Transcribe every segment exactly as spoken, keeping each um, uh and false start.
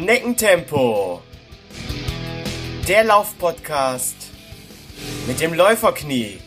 Schneckentempo. Der Laufpodcast mit dem Läuferknie.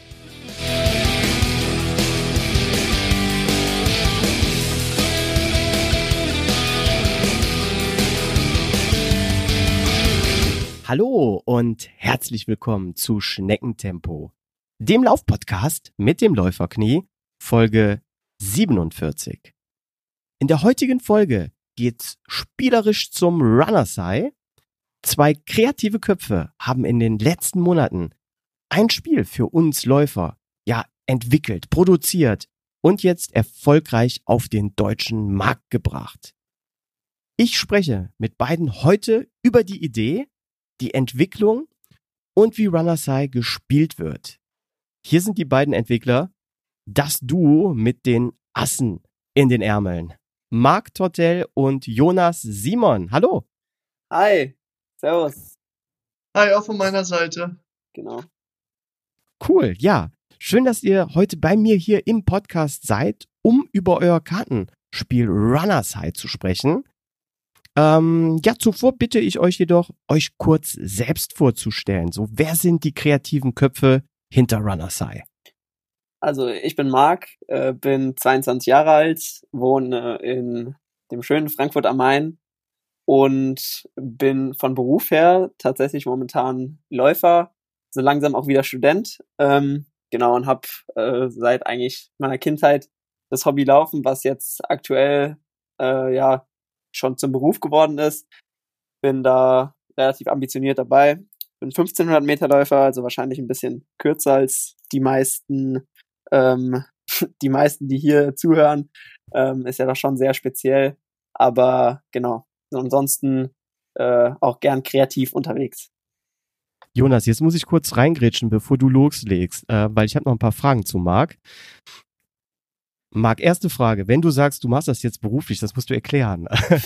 Hallo und herzlich willkommen zu Schneckentempo, dem Laufpodcast mit dem Läuferknie, Folge siebenundvierzig. In der heutigen Folge geht's spielerisch zum Runners High. Zwei kreative Köpfe haben in den letzten Monaten ein Spiel für uns Läufer ja entwickelt, produziert und jetzt erfolgreich auf den deutschen Markt gebracht. Ich spreche mit beiden heute über die Idee, die Entwicklung und wie Runners High gespielt wird. Hier sind die beiden Entwickler, das Duo mit den Assen in den Ärmeln. Marc Tortel und Jonas Simon. Hallo. Hi. Servus. Hi, auch von meiner Seite. Genau. Cool, ja. Schön, dass ihr heute bei mir hier im Podcast seid, um über euer Kartenspiel Runners High zu sprechen. Ähm, ja, zuvor bitte ich euch jedoch, euch kurz selbst vorzustellen. So, wer sind die kreativen Köpfe hinter Runners High? Also ich bin Marc, äh, bin zweiundzwanzig Jahre alt, wohne in dem schönen Frankfurt am Main und bin von Beruf her tatsächlich momentan Läufer, so langsam auch wieder Student. Ähm, genau, und habe äh, seit eigentlich meiner Kindheit das Hobby Laufen, was jetzt aktuell äh, ja schon zum Beruf geworden ist. Bin da relativ ambitioniert dabei. Bin fünfzehnhundert Meter Läufer, also wahrscheinlich ein bisschen kürzer als die meisten, ähm, die meisten, die hier zuhören. Ähm, ist ja doch schon sehr speziell. Aber genau, ansonsten äh, auch gern kreativ unterwegs. Jonas, jetzt muss ich kurz reingrätschen, bevor du loslegst, äh, weil ich habe noch ein paar Fragen zu Marc. Marc, erste Frage. Wenn du sagst, du machst das jetzt beruflich, das musst du erklären.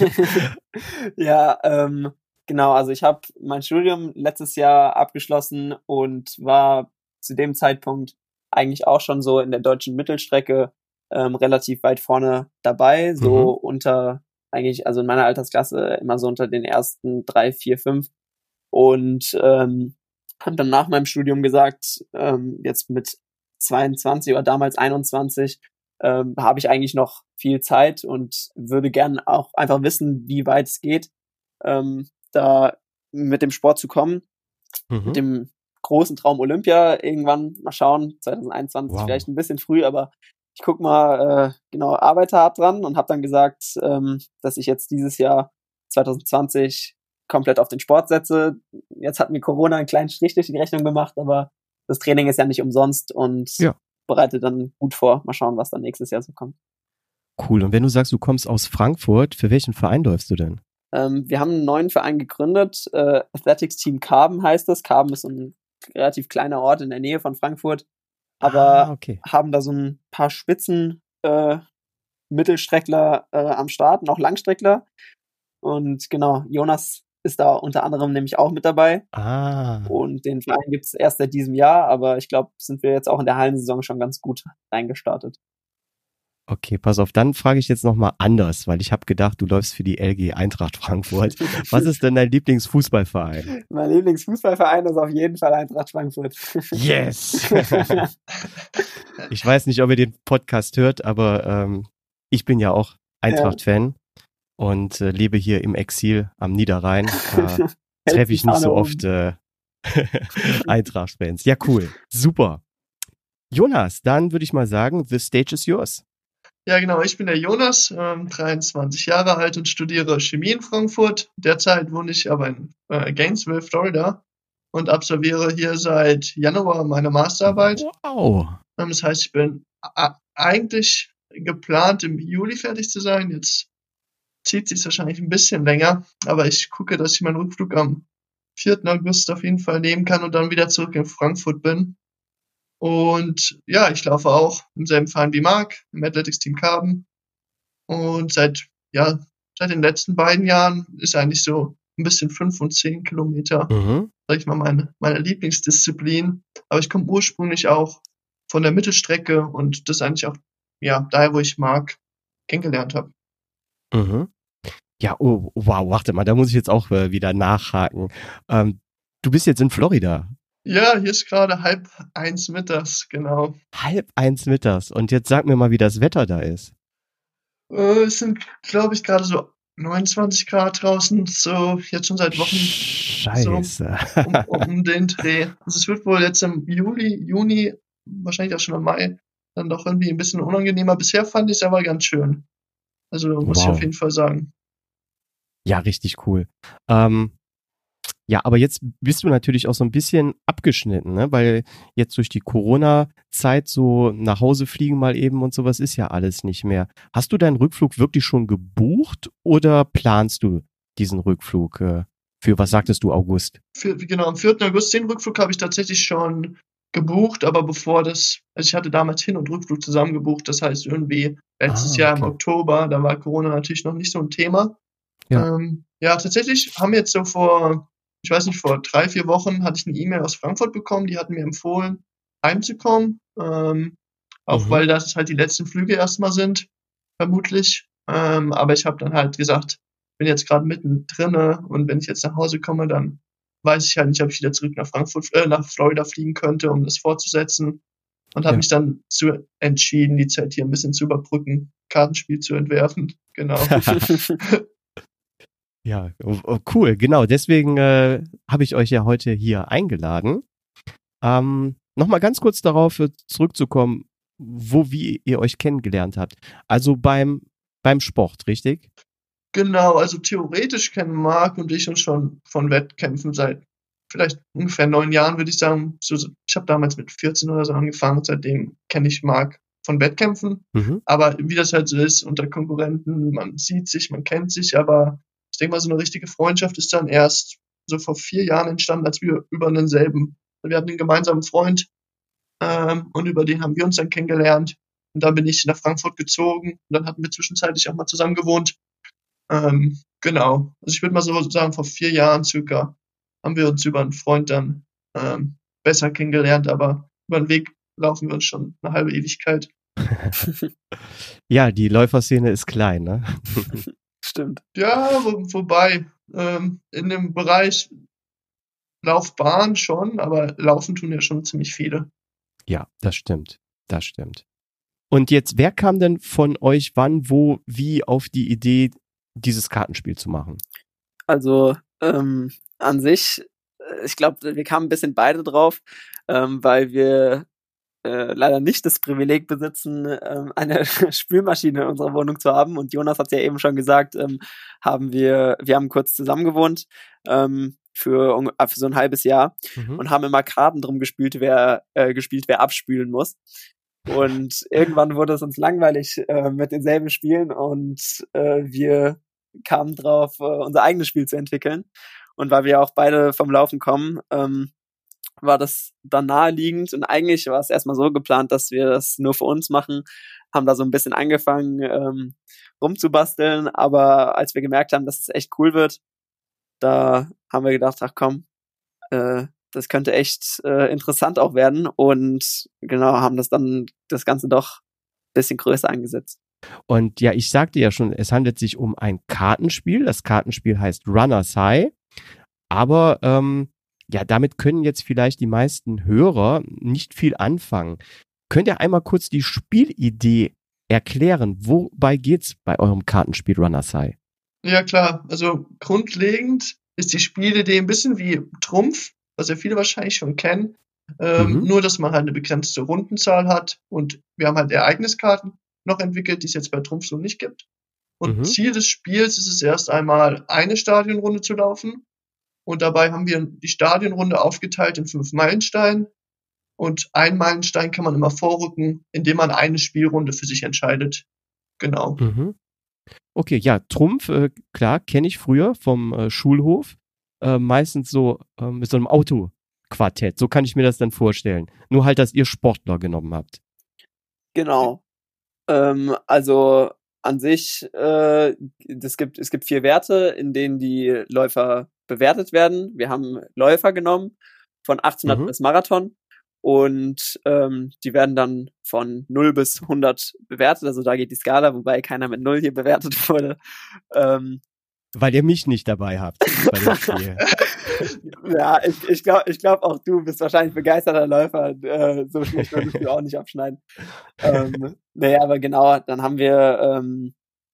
Ja, ähm, genau. Also ich habe mein Studium letztes Jahr abgeschlossen und war zu dem Zeitpunkt eigentlich auch schon so in der deutschen Mittelstrecke ähm, relativ weit vorne dabei. So Mhm. unter, eigentlich, also in meiner Altersklasse immer so unter den ersten drei, vier, fünf. Und ähm, habe dann nach meinem Studium gesagt, ähm, jetzt mit zweiundzwanzig oder damals einundzwanzig, ähm, habe ich eigentlich noch viel Zeit und würde gern auch einfach wissen, wie weit es geht, ähm, da mit dem Sport zu kommen. Mhm. Mit dem großen Traum Olympia irgendwann mal schauen, zwanzig einundzwanzig Wow. vielleicht ein bisschen früh, aber ich guck mal, äh, genau, arbeite hart dran und habe dann gesagt, ähm, dass ich jetzt dieses Jahr zwanzig zwanzig komplett auf den Sport setze. Jetzt hat mir Corona einen kleinen Strich durch die Rechnung gemacht, aber das Training ist ja nicht umsonst und Ja. bereite dann gut vor. Mal schauen, was dann nächstes Jahr so kommt. Cool. Und wenn du sagst, du kommst aus Frankfurt, für welchen Verein läufst du denn? Ähm, wir haben einen neuen Verein gegründet. Äh, Athletics Team Karben heißt das. Karben ist so ein relativ kleiner Ort in der Nähe von Frankfurt. Aber Ah, okay. haben da so ein paar Spitzen äh, Mittelstreckler äh, am Start, noch Langstreckler. Und genau, Jonas ist da unter anderem nämlich auch mit dabei. Ah, Und den Verein gibt es erst seit diesem Jahr, aber ich glaube, sind wir jetzt auch in der Hallensaison schon ganz gut reingestartet. okay, pass auf, dann frage ich jetzt nochmal anders, weil ich habe gedacht, du läufst für die L G Eintracht Frankfurt. Was ist denn dein Lieblingsfußballverein? Mein Lieblingsfußballverein ist auf jeden Fall Eintracht Frankfurt. Yes! Ich weiß nicht, ob ihr den Podcast hört, aber ähm, ich bin ja auch Eintracht-Fan und äh, lebe hier im Exil am Niederrhein. Da treffe ich nicht so oft äh, Eintracht-Fans. Ja, cool. Super. Jonas, dann würde ich mal sagen, the stage is yours. Ja, genau, ich bin der Jonas, ähm, dreiundzwanzig Jahre alt und studiere Chemie in Frankfurt. Derzeit wohne ich aber in äh, Gainesville, Florida und absolviere hier seit Januar meine Masterarbeit. Wow. Ähm, das heißt, ich bin a- eigentlich geplant, im Juli fertig zu sein. Jetzt zieht sich wahrscheinlich ein bisschen länger, aber ich gucke, dass ich meinen Rückflug am vierten August auf jeden Fall nehmen kann und dann wieder zurück in Frankfurt bin. Und ja, ich laufe auch im selben Verein wie Marc, im Athletics Team Karben. Und seit, ja, seit den letzten beiden Jahren ist eigentlich so ein bisschen fünf und zehn Kilometer, Mhm. sag ich mal, meine, meine Lieblingsdisziplin. Aber ich komme ursprünglich auch von der Mittelstrecke und das ist eigentlich auch, ja, daher, wo ich Marc kennengelernt habe. Mhm. Ja, oh, wow, warte mal, da muss ich jetzt auch äh, wieder nachhaken. Ähm, du bist jetzt in Florida. Ja, hier ist gerade halb eins mittags, genau. Halb eins mittags. Und jetzt sag mir mal, wie das Wetter da ist. Äh, es sind, glaube ich, gerade so neunundzwanzig Grad draußen, so jetzt schon seit Wochen so Scheiße. um, um den Dreh. Also es wird wohl jetzt im Juli, Juni, wahrscheinlich auch schon im Mai, dann doch irgendwie ein bisschen unangenehmer. Bisher fand ich es aber ganz schön. Also muss ich auf Wow. jeden Fall sagen. Ja, richtig cool. Ähm, ja, aber jetzt bist du natürlich auch so ein bisschen abgeschnitten, ne? Weil jetzt durch die Corona-Zeit so nach Hause fliegen mal eben und sowas ist ja alles nicht mehr. Hast du deinen Rückflug wirklich schon gebucht oder planst du diesen Rückflug äh, für, was sagtest du, August? Für, genau, am vierten August den Rückflug habe ich tatsächlich schon gebucht, aber bevor das, also ich hatte damals Hin- und Rückflug zusammen gebucht, das heißt irgendwie letztes Ah, Jahr im okay. Oktober, da war Corona natürlich noch nicht so ein Thema. Ja. Ähm, ja, tatsächlich haben wir jetzt so vor, ich weiß nicht, vor drei, vier Wochen hatte ich eine E-Mail aus Frankfurt bekommen, die hatten mir empfohlen, heimzukommen, ähm, auch Mhm. weil das halt die letzten Flüge erstmal sind, vermutlich. Ähm, aber ich habe dann halt gesagt, bin jetzt gerade mittendrin und wenn ich jetzt nach Hause komme, dann weiß ich halt nicht, ob ich wieder zurück nach Frankfurt, äh, nach Florida fliegen könnte, um das fortzusetzen. Und habe Ja. mich dann zu entschieden, die Zeit hier ein bisschen zu überbrücken, Kartenspiel zu entwerfen. Genau. Ja, oh, oh, cool, genau. Deswegen äh, habe ich euch ja heute hier eingeladen. Ähm, Nochmal ganz kurz darauf äh, zurückzukommen, wo, wie ihr euch kennengelernt habt. Also beim, beim Sport, richtig? Genau, also theoretisch kennen Marc und ich uns schon von Wettkämpfen seit vielleicht ungefähr neun Jahren, würde ich sagen. So, so- ich habe damals mit vierzehn oder so angefangen. Seitdem kenne ich Marc von Wettkämpfen. Mhm. Aber wie das halt so ist unter Konkurrenten, man sieht sich, man kennt sich, aber ich denke mal, so eine richtige Freundschaft ist dann erst so vor vier Jahren entstanden, als wir über denselben, wir hatten einen gemeinsamen Freund, ähm, und über den haben wir uns dann kennengelernt. Und dann bin ich nach Frankfurt gezogen und dann hatten wir zwischenzeitlich auch mal zusammen gewohnt. Ähm, genau. Also ich würde mal so sagen, vor vier Jahren circa haben wir uns über einen Freund dann ähm, besser kennengelernt, aber über den Weg laufen wir uns schon eine halbe Ewigkeit. Ja, die Läuferszene ist klein, ne? Stimmt. Ja, wo, wobei ähm, in dem Bereich Laufbahn schon, aber laufen tun ja schon ziemlich viele. Ja, das stimmt. Das stimmt. Und jetzt, wer kam denn von euch wann, wo, wie auf die Idee, dieses Kartenspiel zu machen? Also ähm, an sich, äh, ich glaube, wir kamen ein bisschen beide drauf, ähm, weil wir äh, leider nicht das Privileg besitzen, ähm, eine Spülmaschine in unserer Wohnung zu haben. Und Jonas hat ja eben schon gesagt, ähm, haben wir, wir haben kurz zusammen gewohnt ähm, für, ung- äh, für so ein halbes Jahr Mhm. und haben immer Karten drum gespielt, wer äh, gespielt, wer abspülen muss. Und irgendwann wurde es uns langweilig äh, mit denselben Spielen und äh, wir kamen drauf, äh, unser eigenes Spiel zu entwickeln. Und weil wir auch beide vom Laufen kommen, ähm, war das dann naheliegend. Und eigentlich war es erstmal so geplant, dass wir das nur für uns machen, haben da so ein bisschen angefangen ähm, rumzubasteln. Aber als wir gemerkt haben, dass es echt cool wird, da haben wir gedacht, ach komm, äh, das könnte echt äh, interessant auch werden und genau, haben das dann das Ganze doch ein bisschen größer angesetzt. Und ja, ich sagte ja schon, es handelt sich um ein Kartenspiel. Das Kartenspiel heißt Runner's High. Aber ähm, ja, damit können jetzt vielleicht die meisten Hörer nicht viel anfangen. Könnt ihr einmal kurz die Spielidee erklären? Wobei geht's bei eurem Kartenspiel Runner's High? Ja klar, also grundlegend ist die Spielidee ein bisschen wie Trumpf, was ja viele wahrscheinlich schon kennen. Ähm, Mhm. nur, dass man halt eine begrenzte Rundenzahl hat und wir haben halt Ereigniskarten noch entwickelt, die es jetzt bei Trumpf so nicht gibt. Und Mhm. Ziel des Spiels ist es erst einmal, eine Stadionrunde zu laufen. Und dabei haben wir die Stadionrunde aufgeteilt in fünf Meilensteine. Und ein Meilenstein kann man immer vorrücken, indem man eine Spielrunde für sich entscheidet. Genau. Mhm. Okay, ja, Trumpf, äh, klar, kenne ich früher vom äh, Schulhof. Äh, meistens so äh, mit so einem Autoquartett. So kann ich mir das dann vorstellen. Nur halt, dass ihr Sportler genommen habt. Genau. Ähm, also an sich, äh, das gibt, es gibt vier Werte, in denen die Läufer bewertet werden. Wir haben Läufer genommen von achtzehnhundert Mhm. bis Marathon und ähm, die werden dann von null bis hundert bewertet. Also da geht die Skala, wobei keiner mit null hier bewertet wurde. Ähm, weil ihr mich nicht dabei habt bei dem Spiel. Ja, ich, ich glaube ich glaub auch du bist wahrscheinlich begeisterter Läufer. Äh, so schlecht würdest du auch nicht abschneiden. ähm, naja, aber genau, dann haben wir, ähm,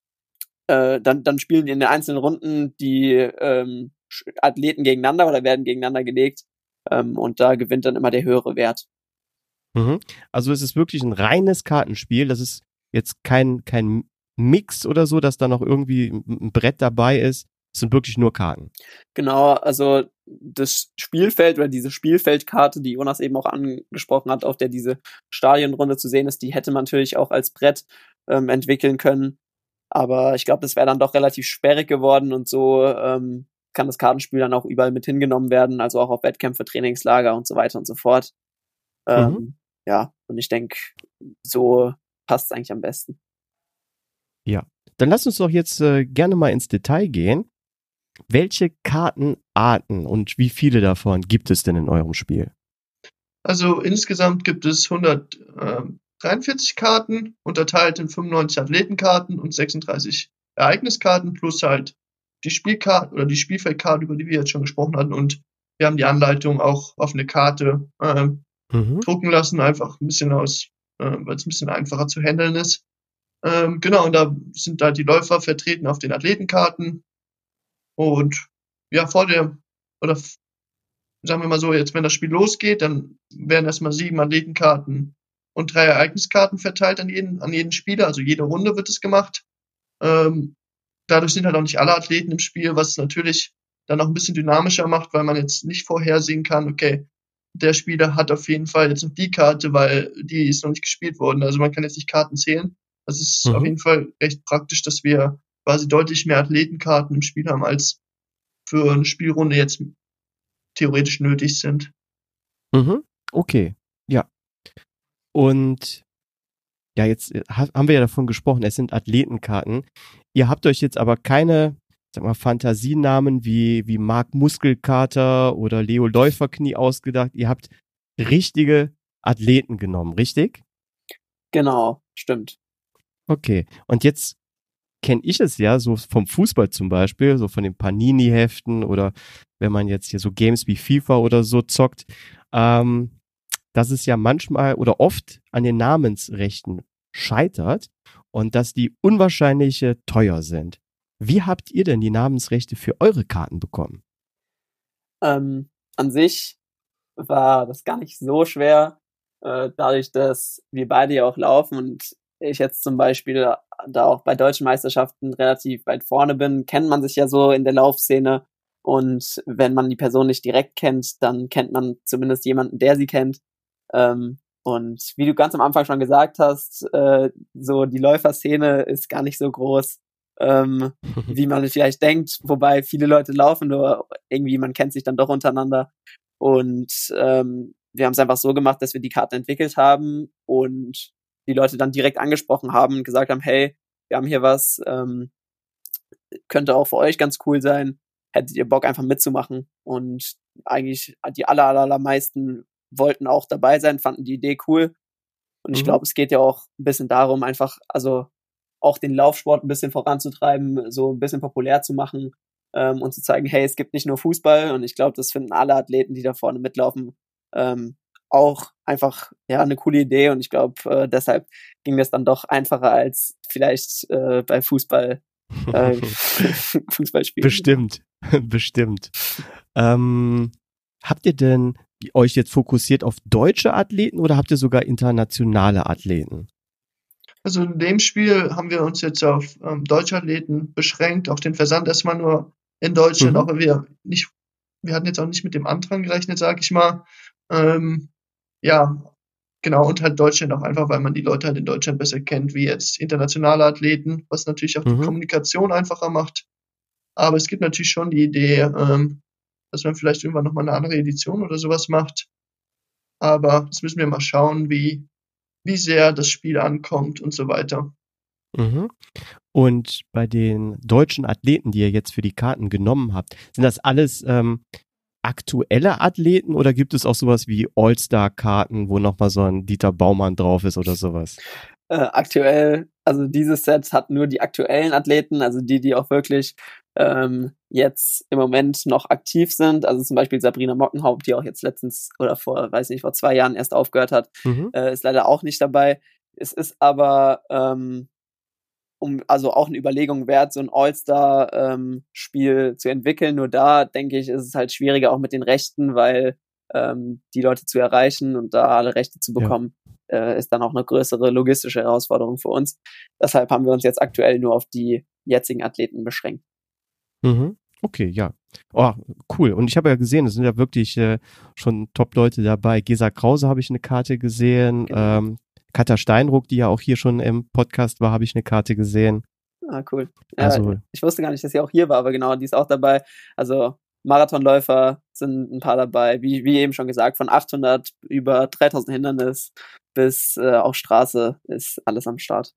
äh, dann, dann spielen die in den einzelnen Runden die ähm, Athleten gegeneinander oder werden gegeneinander gelegt. Ähm, und da gewinnt dann immer der höhere Wert. Mhm. Also es ist wirklich ein reines Kartenspiel. Das ist jetzt kein, kein Mix oder so, dass da noch irgendwie ein Brett dabei ist. Es sind wirklich nur Karten. Genau, also das Spielfeld oder diese Spielfeldkarte, die Jonas eben auch angesprochen hat, auf der diese Stadionrunde zu sehen ist, die hätte man natürlich auch als Brett ähm, entwickeln können. Aber ich glaube, das wäre dann doch relativ sperrig geworden und so ähm, kann das Kartenspiel dann auch überall mit hingenommen werden, also auch auf Wettkämpfe, Trainingslager und so weiter und so fort. Ähm, Mhm. Ja, und ich denke, so passt es eigentlich am besten. Ja, dann lass uns doch jetzt äh, gerne mal ins Detail gehen. Welche Kartenarten und wie viele davon gibt es denn in eurem Spiel? Also insgesamt gibt es hundertdreiundvierzig Karten, unterteilt in fünfundneunzig Athletenkarten und sechsunddreißig Ereigniskarten, plus halt die Spielkarte oder die Spielfeldkarte, über die wir jetzt schon gesprochen hatten. Und wir haben die Anleitung auch auf eine Karte äh, Mhm. drucken lassen, einfach ein bisschen aus, äh, weil es ein bisschen einfacher zu handeln ist. Ähm, genau, und da sind halt die Läufer vertreten auf den Athletenkarten. Und ja, vor der, oder f- sagen wir mal so, jetzt wenn das Spiel losgeht, dann werden erstmal sieben Athletenkarten und drei Ereigniskarten verteilt an jeden, an jeden Spieler. Also jede Runde wird es gemacht. Ähm, dadurch sind halt auch nicht alle Athleten im Spiel, was es natürlich dann auch ein bisschen dynamischer macht, weil man jetzt nicht vorhersehen kann, okay, der Spieler hat auf jeden Fall jetzt noch die Karte, weil die ist noch nicht gespielt worden. Also man kann jetzt nicht Karten zählen. Das ist Mhm. auf jeden Fall recht praktisch, dass wir quasi deutlich mehr Athletenkarten im Spiel haben, als für eine Spielrunde jetzt theoretisch nötig sind. Mhm. Okay, ja. Und ja, jetzt äh, ha- haben wir ja davon gesprochen, es sind Athletenkarten. Ihr habt euch jetzt aber keine, sag mal, Fantasienamen wie, wie Marc Muskelkater oder Leo Läuferknie ausgedacht. Ihr habt richtige Athleten genommen, richtig? Genau, stimmt. Okay. Und jetzt kenne ich es ja so vom Fußball zum Beispiel, so von den Panini-Heften oder wenn man jetzt hier so Games wie FIFA oder so zockt, ähm, dass es ja manchmal oder oft an den Namensrechten scheitert und dass die unwahrscheinlich äh, teuer sind. Wie habt ihr denn die Namensrechte für eure Karten bekommen? Ähm, an sich war das gar nicht so schwer, äh, dadurch, dass wir beide ja auch laufen und ich jetzt zum Beispiel da auch bei deutschen Meisterschaften relativ weit vorne bin, kennt man sich ja so in der Laufszene und wenn man die Person nicht direkt kennt, dann kennt man zumindest jemanden, der sie kennt. Ähm, und wie du ganz am Anfang schon gesagt hast, äh, so die Läuferszene ist gar nicht so groß, ähm, wie man vielleicht denkt, wobei viele Leute laufen, nur irgendwie man kennt sich dann doch untereinander. Und ähm, wir haben es einfach so gemacht, dass wir die Karten entwickelt haben und die Leute dann direkt angesprochen haben und gesagt haben, hey, wir haben hier was, ähm, könnte auch für euch ganz cool sein, hättet ihr Bock einfach mitzumachen. Und eigentlich die aller, aller, allermeisten wollten auch dabei sein, fanden die Idee cool. Und ich Mhm. glaube, es geht ja auch ein bisschen darum, einfach, also auch den Laufsport ein bisschen voranzutreiben, so ein bisschen populär zu machen ähm, und zu zeigen, hey, es gibt nicht nur Fußball. Und ich glaube, das finden alle Athleten, die da vorne mitlaufen, ähm, auch einfach ja eine coole Idee. Und ich glaube, äh, deshalb ging das dann doch einfacher als vielleicht äh, bei Fußball äh, Fußballspielen. Bestimmt, bestimmt. Ähm, habt ihr denn euch jetzt fokussiert auf deutsche Athleten oder habt ihr sogar internationale Athleten? Also in dem Spiel haben wir uns jetzt auf ähm, deutsche Athleten beschränkt, auch den Versand erstmal nur in Deutschland, Mhm. auch weil wir nicht, wir hatten jetzt auch nicht mit dem Antrag gerechnet, sag ich mal. Ähm, ja, genau, und halt Deutschland auch einfach, weil man die Leute halt in Deutschland besser kennt, wie jetzt internationale Athleten, was natürlich auch die Mhm. Kommunikation einfacher macht. Aber es gibt natürlich schon die Idee, ähm, dass man vielleicht irgendwann nochmal eine andere Edition oder sowas macht. Aber das müssen wir mal schauen, wie, wie sehr das Spiel ankommt und so weiter. Mhm. Und bei den deutschen Athleten, die ihr jetzt für die Karten genommen habt, sind das alles ähm, aktuelle Athleten oder gibt es auch sowas wie All-Star-Karten, wo nochmal so ein Dieter Baumann drauf ist oder sowas? Äh, aktuell, also dieses Set hat nur die aktuellen Athleten, also die, die auch wirklich ähm, jetzt im Moment noch aktiv sind. Also zum Beispiel Sabrina Mockenhaupt, die auch jetzt letztens oder vor, weiß nicht, vor zwei Jahren erst aufgehört hat, Mhm. äh, ist leider auch nicht dabei. Es ist aber ähm, um also auch eine Überlegung wert, so ein All-Star-Spiel ähm, zu entwickeln. Nur da, denke ich, ist es halt schwieriger auch mit den Rechten, weil ähm, die Leute zu erreichen und da alle Rechte zu bekommen, ja. äh, ist dann auch eine größere logistische Herausforderung für uns. Deshalb haben wir uns jetzt aktuell nur auf die jetzigen Athleten beschränkt. Mhm. Okay, ja. Oh, cool. Und ich habe ja gesehen, es sind ja wirklich äh, schon Top-Leute dabei. Gesa Krause habe ich eine Karte gesehen. Genau. Ähm, Katja Steinruck, die ja auch hier schon im Podcast war, habe ich eine Karte gesehen. Ah, cool. Ja, Also, ich wusste gar nicht, dass sie auch hier war, aber genau, die ist auch dabei. Also Marathonläufer sind ein paar dabei, wie, wie eben schon gesagt, von achthundert über dreitausend Hindernis bis äh, auch Straße ist alles am Start.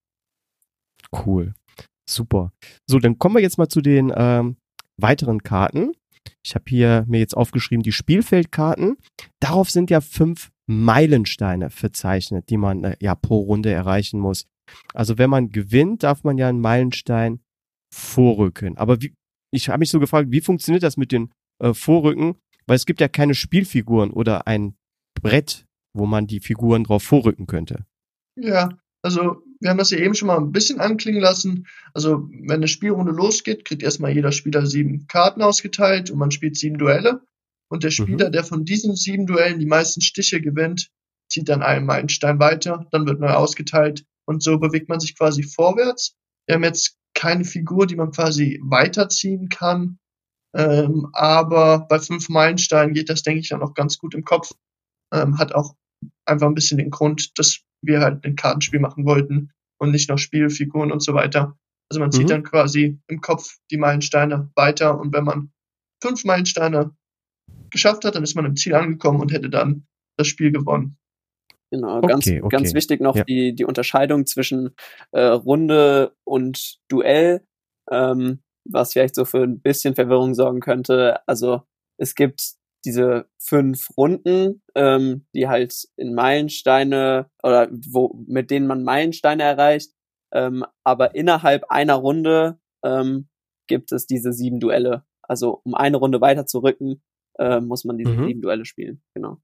cool. Super. So, dann kommen wir jetzt mal zu den ähm, weiteren Karten. Ich habe hier mir jetzt aufgeschrieben, die Spielfeldkarten. Darauf sind ja fünf Meilensteine verzeichnet, die man äh, ja pro Runde erreichen muss. Also wenn man gewinnt, darf man ja einen Meilenstein vorrücken. Aber wie, ich habe mich so gefragt, wie funktioniert das mit den äh, Vorrücken? Weil es gibt ja keine Spielfiguren oder ein Brett, wo man die Figuren drauf vorrücken könnte. Ja, also wir haben das ja eben schon mal ein bisschen anklingen lassen. Also wenn eine Spielrunde losgeht, kriegt erstmal jeder Spieler sieben Karten ausgeteilt und man spielt sieben Duelle. Und der Spieler, Mhm. der von diesen sieben Duellen die meisten Stiche gewinnt, zieht dann einen Meilenstein weiter, dann wird neu ausgeteilt und so bewegt man sich quasi vorwärts. Wir haben jetzt keine Figur, die man quasi weiterziehen kann, ähm, aber bei fünf Meilensteinen geht das, denke ich, dann auch ganz gut im Kopf. Ähm, hat auch einfach ein bisschen den Grund, dass wir halt ein Kartenspiel machen wollten und nicht noch Spielfiguren und so weiter. Also man zieht Mhm. dann quasi im Kopf die Meilensteine weiter und wenn man fünf Meilensteine geschafft hat, dann ist man im Ziel angekommen und hätte dann das Spiel gewonnen. Genau, Okay, ganz, okay. ganz wichtig noch Ja. die, die Unterscheidung zwischen äh, Runde und Duell, ähm, was vielleicht so für ein bisschen Verwirrung sorgen könnte. Also es gibt diese fünf Runden, ähm, die halt in Meilensteine oder wo mit denen man Meilensteine erreicht, ähm, aber innerhalb einer Runde ähm, gibt es diese sieben Duelle. Also um eine Runde weiter zu rücken, äh, muss man diese Mhm. sieben Duelle spielen. Genau.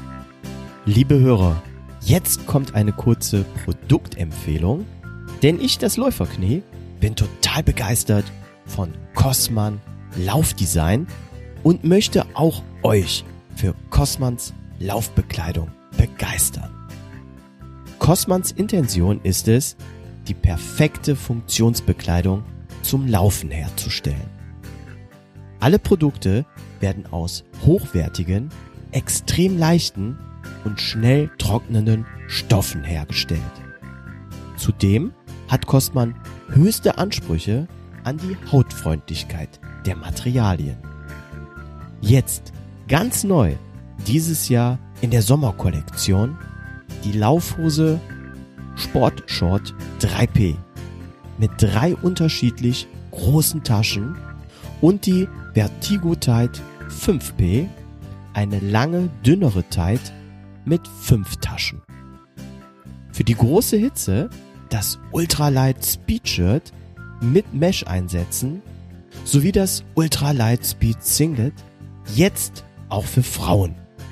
Liebe Hörer, jetzt kommt eine kurze Produktempfehlung, denn ich, das Läuferknie, bin total begeistert von Cosman Laufdesign und möchte auch euch für Cosmans Laufbekleidung begeistern. Cosmans Intention ist es, die perfekte Funktionsbekleidung zum Laufen herzustellen. Alle Produkte werden aus hochwertigen, extrem leichten und schnell trocknenden Stoffen hergestellt. Zudem hat Cosman höchste Ansprüche an die Hautfreundlichkeit der Materialien. Jetzt ganz neu, dieses Jahr in der Sommerkollektion, die Laufhose Sportshort drei P mit drei unterschiedlich großen Taschen und die Vertigo Tide fünf P, eine lange, dünnere Tide mit fünf Taschen. Für die große Hitze das Ultralight Speed Shirt mit Mesh-Einsätzen sowie das Ultralight Speed Singlet jetzt auch für Frauen.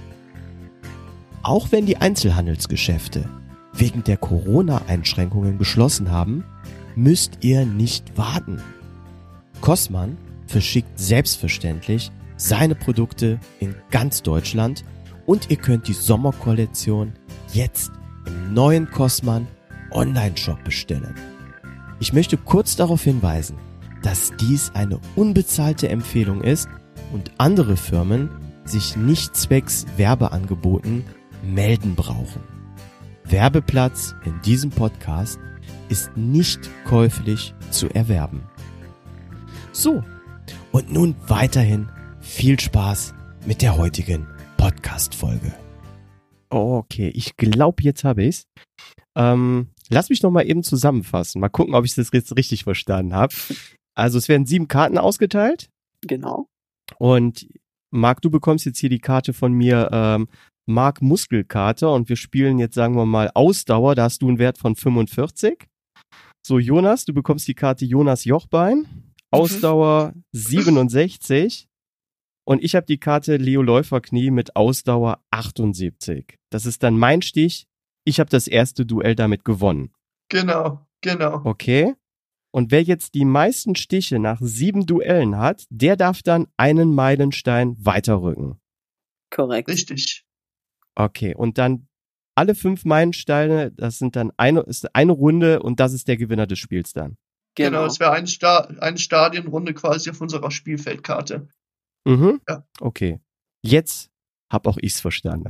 Auch wenn die Einzelhandelsgeschäfte wegen der Corona-Einschränkungen geschlossen haben, müsst ihr nicht warten. Cosman verschickt selbstverständlich seine Produkte in ganz Deutschland und ihr könnt die Sommerkollektion jetzt im neuen Cosman Online-Shop bestellen. Ich möchte kurz darauf hinweisen, dass dies eine unbezahlte Empfehlung ist und andere Firmen sich nicht zwecks Werbeangeboten melden brauchen. Werbeplatz in diesem Podcast ist nicht käuflich zu erwerben. So, und nun weiterhin viel Spaß mit der heutigen Podcast-Folge. Okay, ich glaube, jetzt habe ich's. Ähm, lass mich noch mal eben zusammenfassen. Mal gucken, ob ich das jetzt richtig verstanden habe. Also es werden sieben Karten ausgeteilt. Genau. Und Marc, du bekommst jetzt hier die Karte von mir, ähm, Marc Muskelkarte, und wir spielen jetzt, sagen wir mal, Ausdauer, da hast du einen Wert von fünfundvierzig. So, Jonas, du bekommst die Karte Jonas Jochbein, Ausdauer siebenundsechzig und ich habe die Karte Leo Läuferknie mit Ausdauer achtundsiebzig. Das ist dann mein Stich. Ich habe das erste Duell damit gewonnen. Genau, genau. Okay. Und wer jetzt die meisten Stiche nach sieben Duellen hat, der darf dann einen Meilenstein weiterrücken. Korrekt. Richtig. Okay, und dann alle fünf Meilensteine, das sind dann eine, ist eine Runde und das ist der Gewinner des Spiels dann. Genau, Genau. es wäre eine, Sta eine Stadienrunde quasi auf unserer Spielfeldkarte. Mhm. Ja. Okay. Jetzt hab auch ich's verstanden.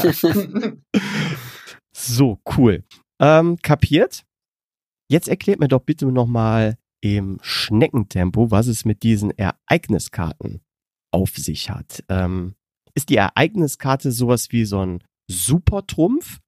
So, cool. Ähm, kapiert? Jetzt erklärt mir doch bitte nochmal im Schneckentempo, was es mit diesen Ereigniskarten auf sich hat. Ähm, ist die Ereigniskarte sowas wie so ein Supertrumpf?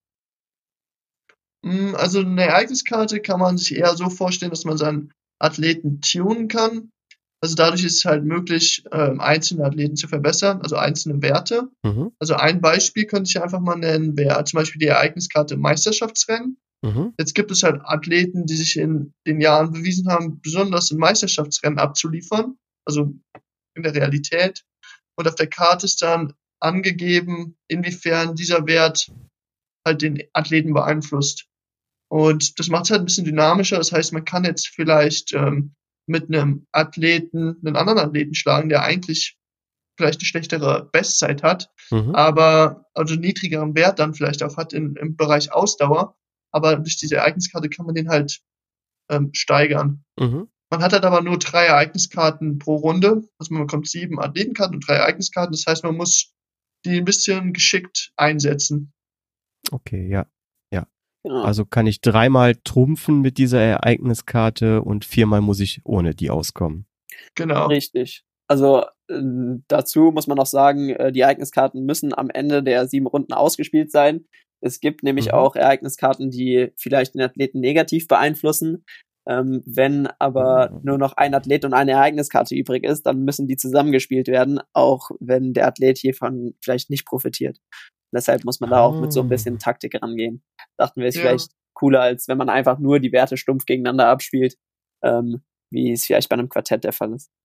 Mm, Also eine Ereigniskarte kann man sich eher so vorstellen, dass man seinen Athleten tunen kann. Also dadurch ist es halt möglich, ähm, einzelne Athleten zu verbessern, also einzelne Werte. Mhm. Also ein Beispiel könnte ich einfach mal nennen, wäre zum Beispiel die Ereigniskarte Meisterschaftsrennen. Mhm. Jetzt gibt es halt Athleten, die sich in den Jahren bewiesen haben, besonders in Meisterschaftsrennen abzuliefern, also in der Realität. Und auf der Karte ist dann angegeben, inwiefern dieser Wert halt den Athleten beeinflusst. Und das macht es halt ein bisschen dynamischer. Das heißt, man kann jetzt vielleicht ähm, mit einem Athleten, einen anderen Athleten schlagen, der eigentlich vielleicht eine schlechtere Bestzeit hat, Mhm. aber also niedrigeren Wert dann vielleicht auch hat in, im Bereich Ausdauer. Aber durch diese Ereigniskarte kann man den halt ähm, steigern. Mhm. Man hat halt aber nur drei Ereigniskarten pro Runde. Also man bekommt sieben Athletenkarten und drei Ereigniskarten. Das heißt, man muss die ein bisschen geschickt einsetzen. Okay, ja. Genau. Also kann ich dreimal trumpfen mit dieser Ereigniskarte und viermal muss ich ohne die auskommen. Genau. Richtig. Also äh, dazu muss man noch sagen, äh, die Ereigniskarten müssen am Ende der sieben Runden ausgespielt sein. Es gibt nämlich Mhm. auch Ereigniskarten, die vielleicht den Athleten negativ beeinflussen. Ähm, wenn aber Mhm. nur noch ein Athlet und eine Ereigniskarte übrig ist, dann müssen die zusammengespielt werden, auch wenn der Athlet hiervon vielleicht nicht profitiert. Deshalb muss man da auch mit so ein bisschen Taktik rangehen. Dachten wir, ist Ja. vielleicht cooler, als wenn man einfach nur die Werte stumpf gegeneinander abspielt, ähm, wie es vielleicht bei einem Quartett der Fall ist.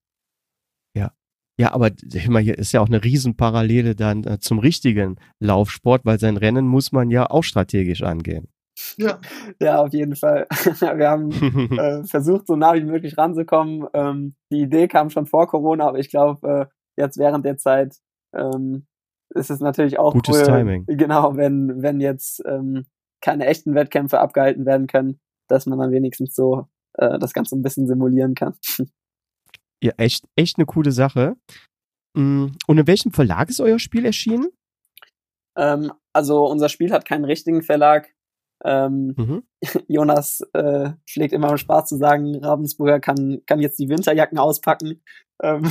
Ja, aber immer hier ist ja auch eine Riesenparallele dann äh, zum richtigen Laufsport, weil sein Rennen muss man ja auch strategisch angehen. Ja. Ja, auf jeden Fall. Wir haben äh, versucht, so nah wie möglich ranzukommen. Ähm, die Idee kam schon vor Corona, aber ich glaube, äh, jetzt während der Zeit ähm, ist es natürlich auch Gutes cool, Timing. genau, wenn, wenn jetzt ähm, keine echten Wettkämpfe abgehalten werden können, dass man dann wenigstens so äh, das Ganze ein bisschen simulieren kann. Ja, echt, echt eine coole Sache. Mm, Und in welchem Verlag ist euer Spiel erschienen? Ähm, also unser Spiel hat keinen richtigen Verlag. Ähm, Mhm. Jonas äh, pflegt immer Spaß zu sagen, Ravensburger kann, kann jetzt die Winterjacken auspacken. Ähm,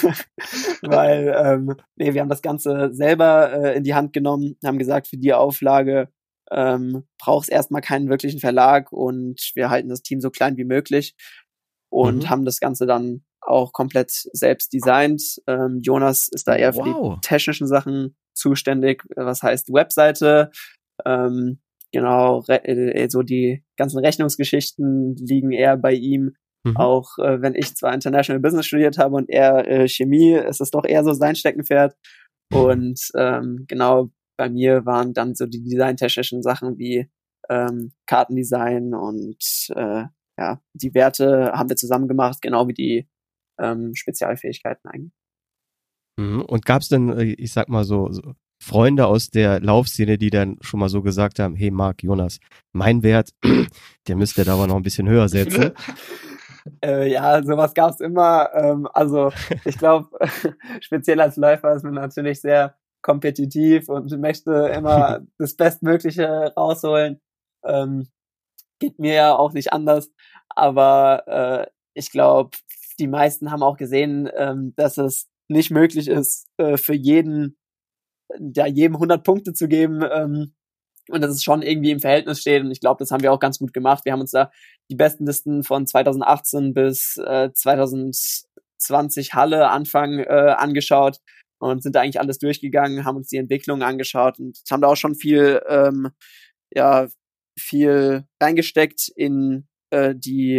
weil, ähm, nee, wir haben das Ganze selber äh, in die Hand genommen, haben gesagt, für die Auflage ähm, braucht es erstmal keinen wirklichen Verlag und wir halten das Team so klein wie möglich und Mhm. haben das Ganze dann auch komplett selbst designt. Ähm, Jonas ist da eher für Wow. die technischen Sachen zuständig, was heißt Webseite, ähm, genau, re- äh, so die ganzen Rechnungsgeschichten liegen eher bei ihm. Mhm. Auch äh, wenn ich zwar International Business studiert habe und er äh, Chemie, ist es doch eher so sein Steckenpferd. Und ähm, genau, bei mir waren dann so die designtechnischen Sachen wie ähm, Kartendesign und äh, ja, die Werte haben wir zusammen gemacht, genau wie die ähm, Spezialfähigkeiten eigentlich. Mhm. Und gab es denn, äh, ich sag mal so, so Freunde aus der Laufszene, die dann schon mal so gesagt haben, hey Marc, Jonas, mein Wert, der müsste da aber noch ein bisschen höher setzen. Äh, ja, sowas gab's immer. Ähm, also ich glaube, speziell als Läufer ist man natürlich sehr kompetitiv und möchte immer das Bestmögliche rausholen. Ähm, geht mir ja auch nicht anders. Aber äh, ich glaube, die meisten haben auch gesehen, ähm, dass es nicht möglich ist, äh, für jeden, ja, jedem hundert Punkte zu geben. Ähm, und dass es schon irgendwie im Verhältnis steht. Und ich glaube, das haben wir auch ganz gut gemacht. Wir haben uns da die besten Listen von zweitausendachtzehn bis äh, zweitausendzwanzig Halle Anfang äh, angeschaut und sind da eigentlich alles durchgegangen, haben uns die Entwicklung angeschaut und haben da auch schon viel, ähm, ja, viel reingesteckt in äh, die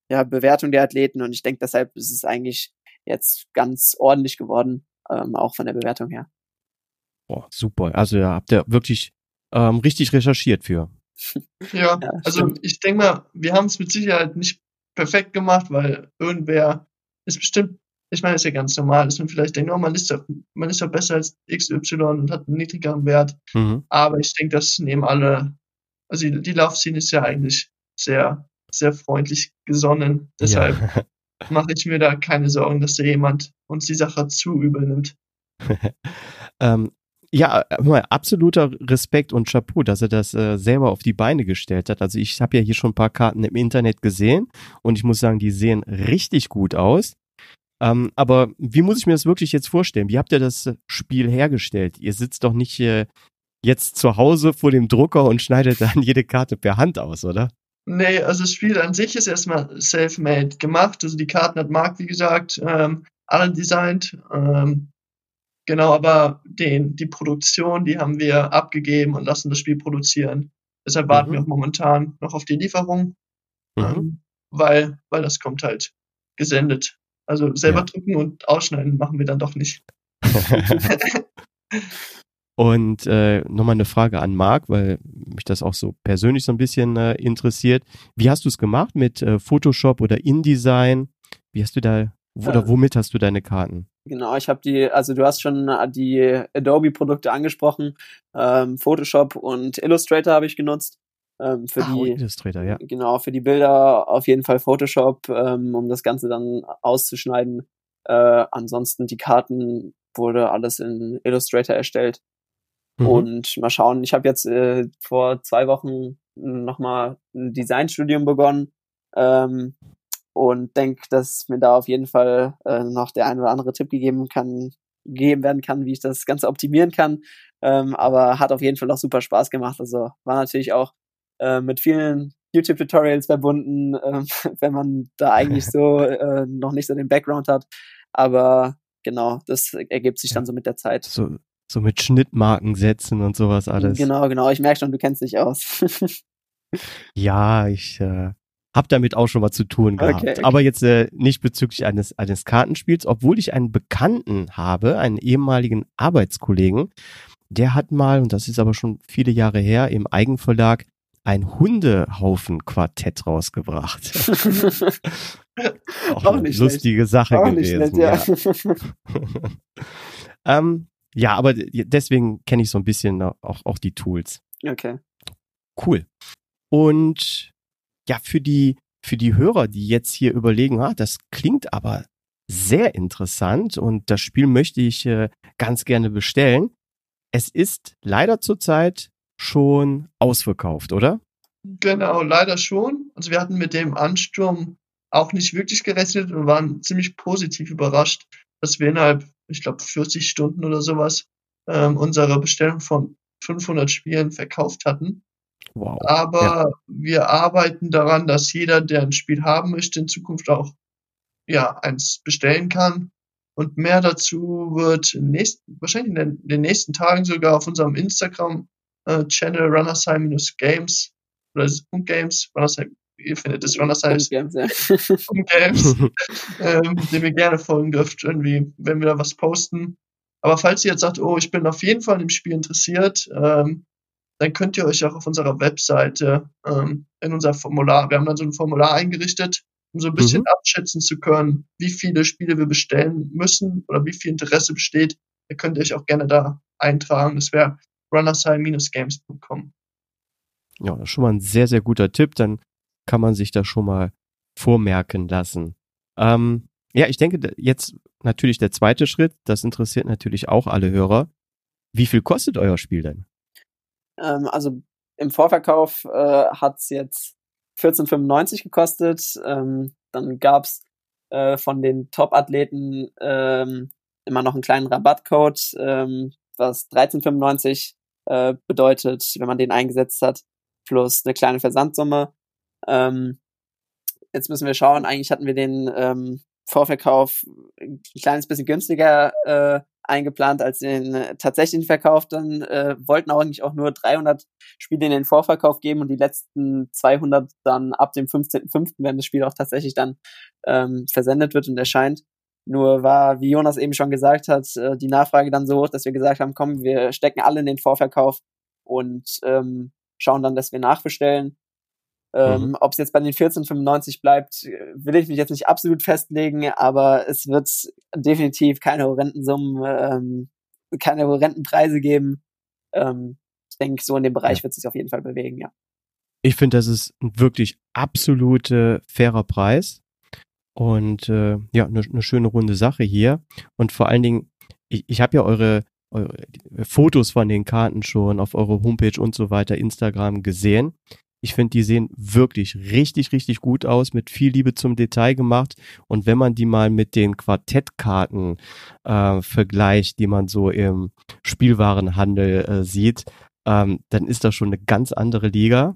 ja, Bewertung der Athleten und ich denke, deshalb ist es eigentlich jetzt ganz ordentlich geworden, ähm, auch von der Bewertung her. Boah, super. Also ja, habt ihr wirklich ähm, richtig recherchiert für. Ja, Ja, also stimmt. ich denke mal, wir haben es mit Sicherheit nicht perfekt gemacht, weil irgendwer ist bestimmt, ich meine, ist ja ganz normal, dass man vielleicht denkt, oh, man ist doch, man ist doch besser als X Y und hat einen niedrigeren Wert. Mhm. Aber ich denke, das nehmen alle, also die, die Laufszene ist ja eigentlich sehr, sehr freundlich gesonnen. Deshalb Ja. mache ich mir da keine Sorgen, dass da jemand uns die Sache zu übel nimmt. ähm, ja, hör mal, absoluter Respekt und Chapeau, dass er das äh, selber auf die Beine gestellt hat. Also ich habe ja hier schon ein paar Karten im Internet gesehen und ich muss sagen, die sehen richtig gut aus. Ähm, aber wie muss ich mir das wirklich jetzt vorstellen? Wie habt ihr das Spiel hergestellt? Ihr sitzt doch nicht äh, jetzt zu Hause vor dem Drucker und schneidet dann jede Karte per Hand aus, oder? Nee, also das Spiel an sich ist erstmal self-made gemacht. Also die Karten hat Marc, wie gesagt, ähm, alle designt. Ähm, genau, aber den, die Produktion, die haben wir abgegeben und lassen das Spiel produzieren. Deshalb warten Mhm. wir auch momentan noch auf die Lieferung, Mhm. ähm, weil, weil das kommt halt gesendet. Also selber Ja. drucken und ausschneiden machen wir dann doch nicht. Und äh, nochmal eine Frage an Marc, weil mich das auch so persönlich so ein bisschen äh, interessiert. Wie hast du es gemacht mit äh, Photoshop oder InDesign? Wie hast du da, wo, oder Äh, womit hast du deine Karten? Genau, ich habe die, also du hast schon äh, die Adobe-Produkte angesprochen. Ähm, Photoshop und Illustrator habe ich genutzt. Ähm, für Ah, und die, Illustrator, ja. genau, für die Bilder auf jeden Fall Photoshop, ähm, um das Ganze dann auszuschneiden. Äh, ansonsten die Karten wurde alles in Illustrator erstellt. Mhm. Und mal schauen, ich habe jetzt äh, vor zwei Wochen nochmal ein Designstudium begonnen. Ähm, und denke, dass mir da auf jeden Fall äh, noch der ein oder andere Tipp gegeben kann, gegeben werden kann, wie ich das Ganze optimieren kann. Ähm, aber hat auf jeden Fall auch super Spaß gemacht. Also war natürlich auch äh, mit vielen YouTube-Tutorials verbunden, äh, wenn man da eigentlich so äh, noch nicht so den Background hat. Aber genau, das ergibt sich Ja. dann so mit der Zeit. So, so mit Schnittmarken setzen und sowas alles. Genau, genau. Ich merke schon, du kennst dich aus. Ja, ich äh, habe damit auch schon mal zu tun gehabt. Okay, okay. Aber jetzt äh, nicht bezüglich eines, eines Kartenspiels, obwohl ich einen Bekannten habe, einen ehemaligen Arbeitskollegen, der hat mal, und das ist aber schon viele Jahre her, im Eigenverlag ein Hundehaufen-Quartett rausgebracht. Auch, Auch eine nicht schlecht. lustige Sache Auch nicht gewesen. schlecht, ja. Ja, ähm, ja, aber deswegen kenne ich so ein bisschen auch, auch die Tools. Okay. Cool. Und ja, für die, für die Hörer, die jetzt hier überlegen, ah, das klingt aber sehr interessant und das Spiel möchte ich äh, ganz gerne bestellen. Es ist leider zurzeit schon ausverkauft, oder? Genau, leider schon. Also wir hatten mit dem Ansturm auch nicht wirklich gerechnet und waren ziemlich positiv überrascht, dass wir innerhalb, ich glaube, vierzig Stunden oder sowas ähm, unsere Bestellung von fünfhundert Spielen verkauft hatten. Wow. Aber Ja. wir arbeiten daran, dass jeder, der ein Spiel haben möchte, in Zukunft auch ja eins bestellen kann. Und mehr dazu wird in nächsten, wahrscheinlich in den, in den nächsten Tagen sogar auf unserem Instagram-Channel Runnersheim-Games oder ist es Punkt Games, Runnersheim, ihr findet es Runnersheim Punkt Games, ja. Punkt Games, ähm, dem ihr gerne folgen dürft, irgendwie, wenn wir da was posten. Aber falls ihr jetzt sagt, oh, ich bin auf jeden Fall an dem Spiel interessiert, ähm, dann könnt ihr euch auch auf unserer Webseite ähm, in unser Formular, wir haben dann so ein Formular eingerichtet, um so ein bisschen Mhm. abschätzen zu können, wie viele Spiele wir bestellen müssen oder wie viel Interesse besteht. Ihr könnt euch auch gerne da eintragen. Das wäre runnersheim Games Punkt com. Ja, das ist schon mal ein sehr, sehr guter Tipp. Dann kann man sich das schon mal vormerken lassen. Ähm, ja, ich denke, jetzt natürlich der zweite Schritt, das interessiert natürlich auch alle Hörer. Wie viel kostet euer Spiel denn? Ähm, also im Vorverkauf äh, hat's jetzt vierzehn fünfundneunzig gekostet. Ähm, dann gab's äh, von den Top-Athleten ähm, immer noch einen kleinen Rabattcode, ähm, was dreizehn fünfundneunzig äh, bedeutet, wenn man den eingesetzt hat, plus eine kleine Versandsumme. Ähm, jetzt müssen wir schauen, eigentlich hatten wir den ähm, Vorverkauf ein kleines bisschen günstiger äh, eingeplant als den äh, tatsächlichen Verkauf. Dann äh, wollten auch eigentlich auch nur dreihundert Spiele in den Vorverkauf geben und die letzten zweihundert dann ab dem fünfzehnten fünften, wenn das Spiel auch tatsächlich dann ähm, versendet wird und erscheint. Nur war, wie Jonas eben schon gesagt hat, äh, die Nachfrage dann so hoch, dass wir gesagt haben, komm, wir stecken alle in den Vorverkauf und ähm, schauen dann, dass wir nachbestellen. Ähm, Mhm. ob es jetzt bei den vierzehn fünfundneunzig bleibt, will ich mich jetzt nicht absolut festlegen, aber es wird definitiv keine horrenden Summen, ähm, keine horrenden Preise geben. Ähm, ich denke, so in dem Bereich Ja. wird es sich auf jeden Fall bewegen, ja. Ich finde, das ist ein wirklich absolut äh, fairer Preis und äh, ja, eine ne schöne runde Sache hier. Und vor allen Dingen, ich, ich habe ja eure, eure Fotos von den Karten schon auf eurer Homepage und so weiter, Instagram gesehen. Ich finde, die sehen wirklich richtig, richtig gut aus, mit viel Liebe zum Detail gemacht. Und wenn man die mal mit den Quartettkarten äh, vergleicht, die man so im Spielwarenhandel äh, sieht, ähm, dann ist das schon eine ganz andere Liga.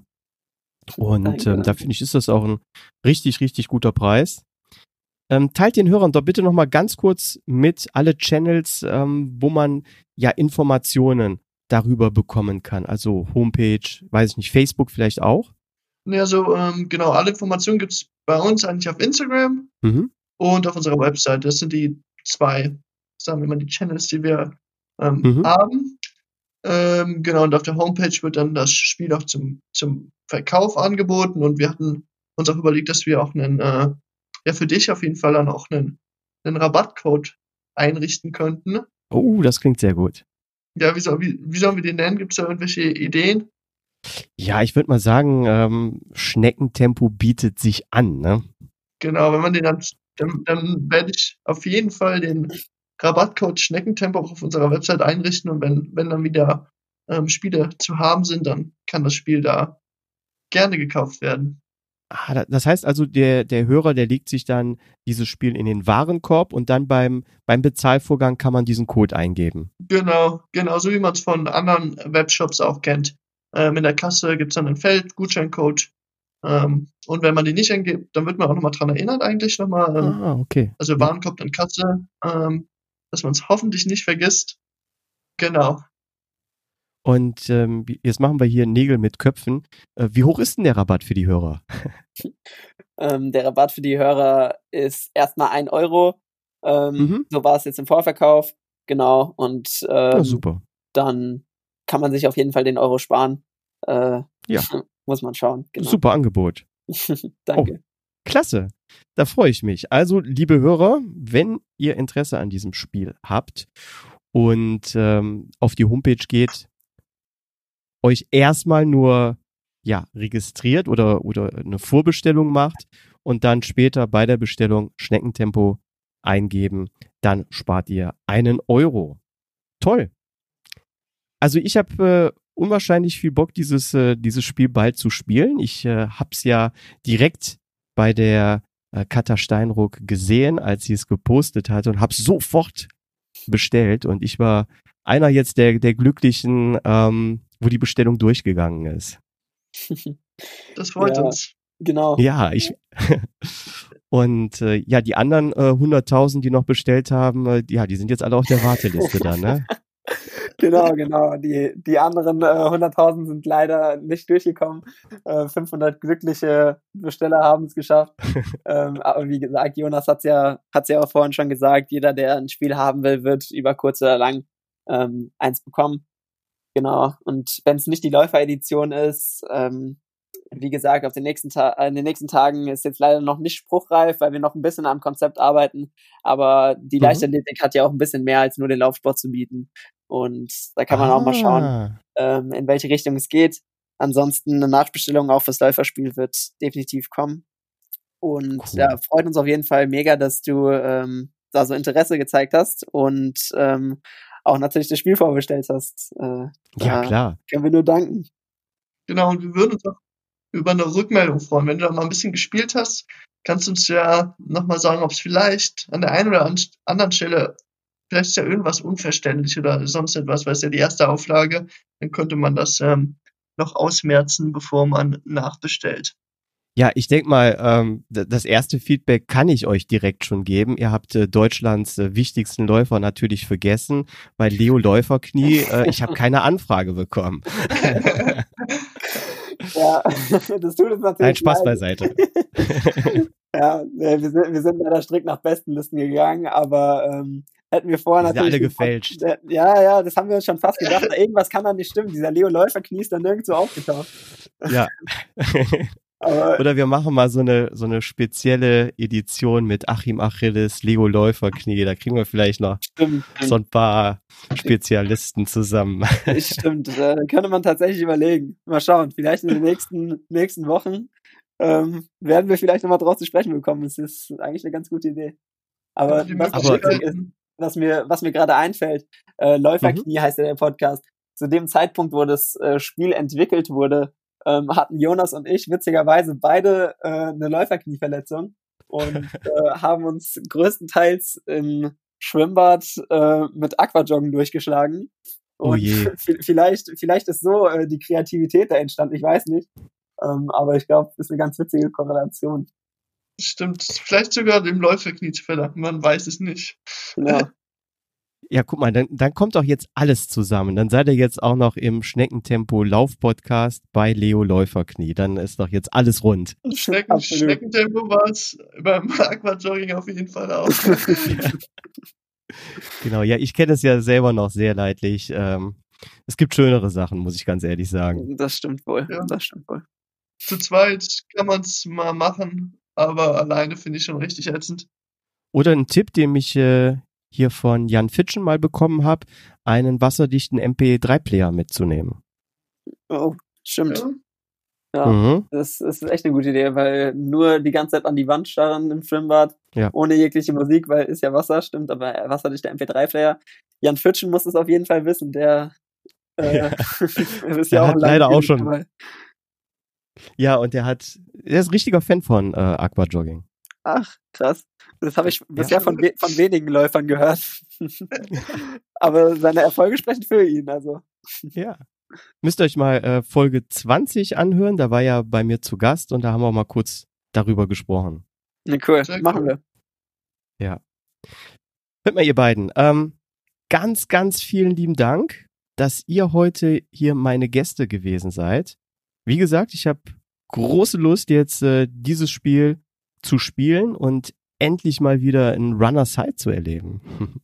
Und Danke, ähm, da danke. finde ich, ist das auch ein richtig, richtig guter Preis. Ähm, teilt den Hörern doch bitte nochmal ganz kurz mit alle Channels, ähm, wo man ja Informationen darüber bekommen kann. Also Homepage, weiß ich nicht, Facebook vielleicht auch. Ja, also ähm, genau, alle Informationen gibt's bei uns eigentlich auf Instagram Mhm. und auf unserer Website. Das sind die zwei, sagen wir mal, die Channels, die wir ähm, Mhm. haben. Ähm, genau, und auf der Homepage wird dann das Spiel auch zum, zum Verkauf angeboten und wir hatten uns auch überlegt, dass wir auch einen, äh, ja für dich auf jeden Fall dann auch einen, einen Rabattcode einrichten könnten. Oh, das klingt sehr gut. Ja, wie, soll, wie, wie sollen wir den nennen? Gibt es da irgendwelche Ideen? Ja, ich würde mal sagen, ähm, Schneckentempo bietet sich an, ne? Genau, wenn man den dann, dann, dann werde ich auf jeden Fall den Rabattcode Schneckentempo auch auf unserer Website einrichten und wenn, wenn dann wieder ähm, Spiele zu haben sind, dann kann das Spiel da gerne gekauft werden. Ah, da- das heißt also, der, der Hörer, der legt sich dann dieses Spiel in den Warenkorb und dann beim, beim Bezahlvorgang kann man diesen Code eingeben. Genau, genau, so wie man es von anderen Webshops auch kennt. Ähm, in der Kasse gibt es dann ein Feld, Gutscheincode. Ähm, und wenn man den nicht eingibt, dann wird man auch nochmal dran erinnert eigentlich nochmal. Ähm, Ah, okay. also Ja. Warenkorb und Kasse, ähm, dass man es hoffentlich nicht vergisst. Genau. Und ähm, wie- jetzt machen wir hier Nägel mit Köpfen. Äh, wie hoch ist denn der Rabatt für die Hörer? Ähm, der Rabatt für die Hörer ist erstmal ein Euro. Ähm, Mhm. So war es jetzt im Vorverkauf. Genau. Und Ja, ähm, super. dann kann man sich auf jeden Fall den Euro sparen. Äh, Ja. Muss man schauen. Genau. Super Angebot. Danke. Klasse. Da freue ich mich. Also, liebe Hörer, wenn ihr Interesse an diesem Spiel habt und ähm, auf die Homepage geht, euch erstmal nur ja, registriert oder, oder eine Vorbestellung macht und dann später bei der Bestellung Schneckentempo eingeben, dann spart ihr einen Euro. Toll. Also ich habe äh, unwahrscheinlich viel Bock, dieses, äh, dieses Spiel bald zu spielen. Ich äh, hab's ja direkt bei der äh, Katja Steinruck gesehen, als sie es gepostet hatte und hab's sofort bestellt. Und ich war einer jetzt der, der Glücklichen, ähm, wo die Bestellung durchgegangen ist. Das freut Ja. uns. Genau. Ja, ich und äh, ja, die anderen äh, hunderttausend, die noch bestellt haben, äh, ja, die sind jetzt alle auf der Warteliste da, ne? Genau, genau. Die, die anderen äh, hunderttausend sind leider nicht durchgekommen. Äh, fünfhundert glückliche Besteller haben es geschafft. ähm, aber wie gesagt, Jonas hat's ja, hat's ja auch vorhin schon gesagt, jeder, der ein Spiel haben will, wird über kurz oder lang ähm, eins bekommen. Genau. Und wenn es nicht die Läuferedition ist, ähm, wie gesagt, auf den nächsten Ta- in den nächsten Tagen ist jetzt leider noch nicht spruchreif, weil wir noch ein bisschen am Konzept arbeiten. Aber die Mhm. Leichtathletik hat ja auch ein bisschen mehr als nur den Laufsport zu bieten. Und da kann man auch mal schauen, Ah, ähm, in welche Richtung es geht. Ansonsten eine Nachbestellung auch fürs Läuferspiel wird definitiv kommen. Und Cool. ja, freut uns auf jeden Fall mega, dass du ähm, da so Interesse gezeigt hast und ähm, auch natürlich das Spiel vorbestellt hast. Äh, ja, da klar. können wir nur danken. Genau, und wir würden uns auch über eine Rückmeldung freuen. Wenn du da mal ein bisschen gespielt hast, kannst du uns ja nochmal sagen, ob es vielleicht an der einen oder an- anderen Stelle, vielleicht ist ja irgendwas unverständlich oder sonst etwas, weil es ja die erste Auflage, dann könnte man das ähm, noch ausmerzen, bevor man nachbestellt. Ja, ich denke mal, ähm, das erste Feedback kann ich euch direkt schon geben. Ihr habt äh, Deutschlands äh, wichtigsten Läufer natürlich vergessen. Bei Leo Läuferknie, äh, ich habe keine Anfrage bekommen. Ja, das tut uns natürlich Nein, Spaß leid. beiseite. Ja, wir sind, wir sind leider strikt nach Bestenlisten gegangen, aber ähm, hätten wir vorher Die sind natürlich... alle gefälscht. Ja, ja, das haben wir uns schon fast gedacht. Irgendwas kann da nicht stimmen. Dieser Leo Läuferknie ist da nirgendwo aufgetaucht. Ja. Aber Oder wir machen mal so eine so eine spezielle Edition mit Achim Achilles, Leo Läuferknie. Da kriegen wir vielleicht noch stimmt, so ein paar Spezialisten zusammen. stimmt. Da könnte man tatsächlich überlegen. Mal schauen, vielleicht in den nächsten, nächsten Wochen ähm, werden wir vielleicht nochmal drauf zu sprechen bekommen. Es ist eigentlich eine ganz gute Idee. Aber Die was, Aber- wichtig ist, was mir, was mir gerade einfällt, äh, Läuferknie heißt ja der Podcast. Zu dem Zeitpunkt, wo das äh, Spiel entwickelt wurde, ähm, hatten Jonas und ich witzigerweise beide äh, eine Läuferknieverletzung und äh, haben uns größtenteils im Schwimmbad äh, mit Aquajoggen durchgeschlagen. Oh Und je. v- vielleicht, vielleicht ist so äh, die Kreativität da entstanden, ich weiß nicht. Ähm, aber ich glaube, das ist eine ganz witzige Korrelation. Stimmt. Vielleicht sogar dem Läuferknie zu verdanken, man weiß es nicht. Genau. Ja, guck mal, dann, dann kommt doch jetzt alles zusammen. Dann seid ihr jetzt auch noch im Schneckentempo Lauf-Podcast bei Leo Läuferknie. Dann ist doch jetzt alles rund. Schnecken, Absolut. Schneckentempo war es beim Aquajogging auf jeden Fall auch. Genau, ja, ich kenne es ja selber noch sehr leidlich. Ähm, es gibt schönere Sachen, muss ich ganz ehrlich sagen. Das stimmt wohl. Ja. Das stimmt wohl. Zu zweit kann man es mal machen, aber alleine finde ich schon richtig ätzend. Oder ein Tipp, den ich äh, hier von Jan Fitschen mal bekommen habe, einen wasserdichten M P drei Player mitzunehmen. Oh, stimmt. Ja. Ja. Mhm. Das ist echt eine gute Idee, weil nur die ganze Zeit an die Wand starren im Schwimmbad, Ja. ohne jegliche Musik, weil ist ja Wasser, stimmt, aber wasserdichter M P drei Player. Jan Fitschen muss es auf jeden Fall wissen, der äh, ist Der ja auch hat lange leider auch genug schon- dabei. Ja, und der hat, der ist ein richtiger Fan von äh, Aquajogging. Ach, krass. Das habe ich bisher Ja. von, we von wenigen Läufern gehört. Aber seine Erfolge sprechen für ihn, also. Ja. Müsst ihr euch mal äh, Folge zwanzig anhören, da war er bei mir zu Gast und da haben wir mal kurz darüber gesprochen. Ne, cool, Sehr machen cool. wir. Ja. Hört mal, ihr beiden, ähm, ganz, ganz vielen lieben Dank, dass ihr heute hier meine Gäste gewesen seid. Wie gesagt, ich habe große Lust, jetzt äh, dieses Spiel zu spielen und endlich mal wieder ein Runner's High zu erleben.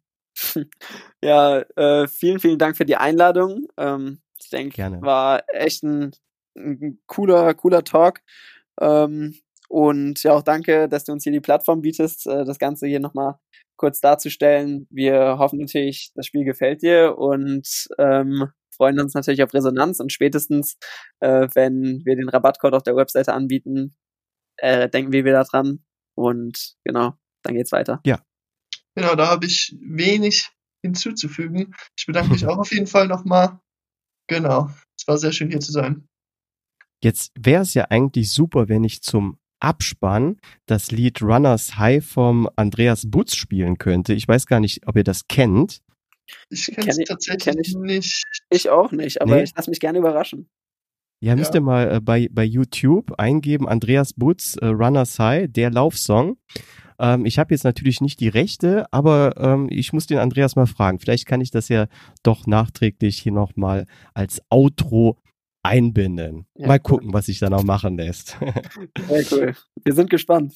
Ja, äh, vielen, vielen Dank für die Einladung. Ähm, ich denke, Gerne. war echt ein, ein cooler, cooler Talk. Ähm, und ja, auch danke, dass du uns hier die Plattform bietest, äh, das Ganze hier nochmal kurz darzustellen. Wir hoffen natürlich, das Spiel gefällt dir und ähm, freuen uns natürlich auf Resonanz und spätestens, äh, wenn wir den Rabattcode auf der Webseite anbieten, äh, denken wir wieder dran und genau, dann geht's weiter. Genau, da habe ich wenig hinzuzufügen. Ich bedanke mich auch auf jeden Fall nochmal. Genau, es war sehr schön hier zu sein. Jetzt wäre es ja eigentlich super, wenn ich zum Abspann das Lied Runner's High vom Andreas Butz spielen könnte. Ich weiß gar nicht, ob ihr das kennt. Ich Kenn kenne es ich- tatsächlich kenn ich- nicht. Ich auch nicht, aber Nee. ich lasse mich gerne überraschen. Ja, müsst Ja. ihr mal äh, bei, bei YouTube eingeben, Andreas Butz, äh, Runner's High, der Laufsong. Ähm, ich habe jetzt natürlich nicht die Rechte, aber ähm, ich muss den Andreas mal fragen. Vielleicht kann ich das ja doch nachträglich hier nochmal als Outro einbinden. Ja, mal cool. gucken, was sich da noch machen lässt. Sehr cool. Wir sind gespannt.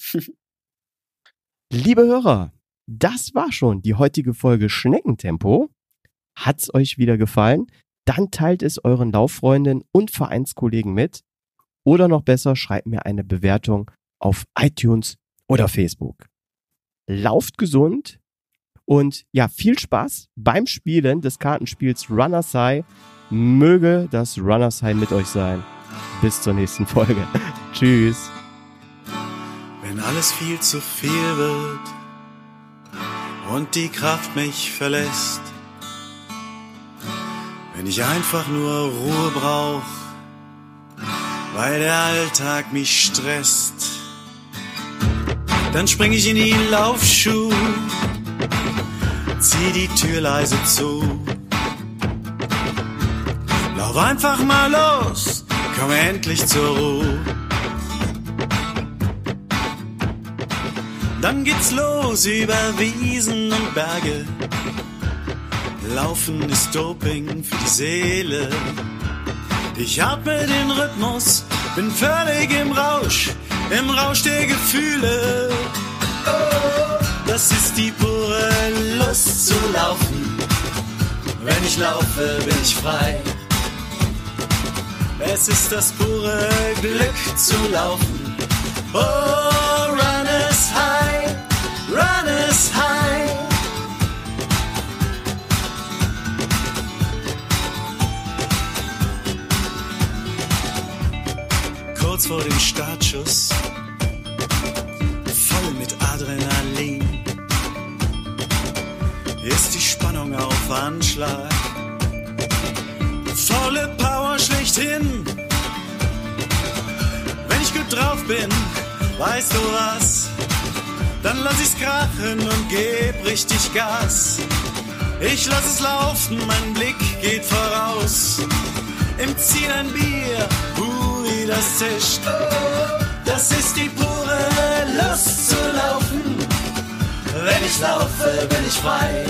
Liebe Hörer, das war schon die heutige Folge Schneckentempo. Hat's euch wieder gefallen? Dann teilt es euren Lauffreunden und Vereinskollegen mit. Oder noch besser, schreibt mir eine Bewertung auf iTunes oder Facebook. Lauft gesund und ja, viel Spaß beim Spielen des Kartenspiels Runner's High. Möge das Runner's High mit euch sein. Bis zur nächsten Folge. Tschüss. Wenn alles viel zu viel wird und die Kraft mich verlässt, wenn ich einfach nur Ruhe brauch, weil der Alltag mich stresst, dann spring ich in die Laufschuhe, zieh die Tür leise zu, lauf einfach mal los, komm endlich zur Ruhe. Dann geht's los über Wiesen und Berge. Laufen ist Doping für die Seele. Ich atme den Rhythmus, bin völlig im Rausch, im Rausch der Gefühle. Das ist die pure Lust zu laufen. Wenn ich laufe, bin ich frei. Es ist das pure Glück zu laufen. Oh, run is high, run is high. Kurz vor dem Startschuss, voll mit Adrenalin, ist die Spannung auf Anschlag. Volle Power schlechthin. Wenn ich gut drauf bin, weißt du was? Dann lass ich's krachen und geb richtig Gas. Ich lass es laufen, mein Blick geht voraus. Im Ziel ein Bier, hui, das zischt. Das ist die pure Lust zu laufen. Wenn ich laufe, bin ich frei.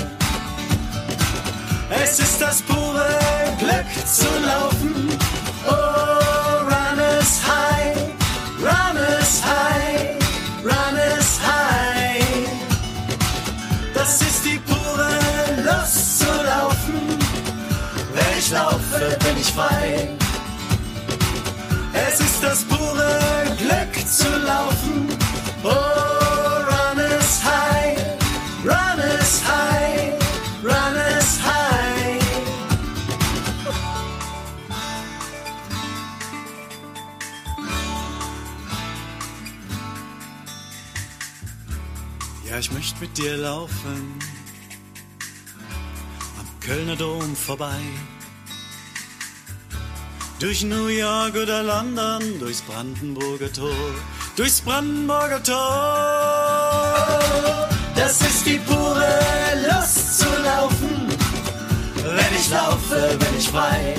Es ist das pure Glück zu laufen. Oh, run is high, run is high, run is high. Das ist die pure Lust zu laufen. Wenn ich laufe, bin ich frei. Es ist das pure Glück zu laufen. Oh, run is high, run is high, run is high. Ja, ich möchte mit dir laufen, am Kölner Dom vorbei, durch New York oder London, durchs Brandenburger Tor, durchs Brandenburger Tor. Das ist die pure Lust zu laufen. Wenn ich laufe, bin ich frei.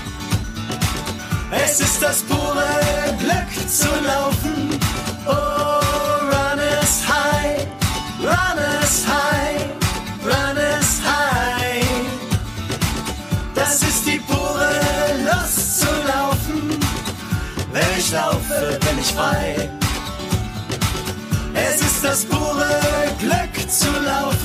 Es ist das pure Glück zu laufen. Oh, run is high, run is high, run is high. Das ist die pure Lust zu laufen. Wenn ich laufe, bin ich frei. Es ist das pure Glück zu laufen.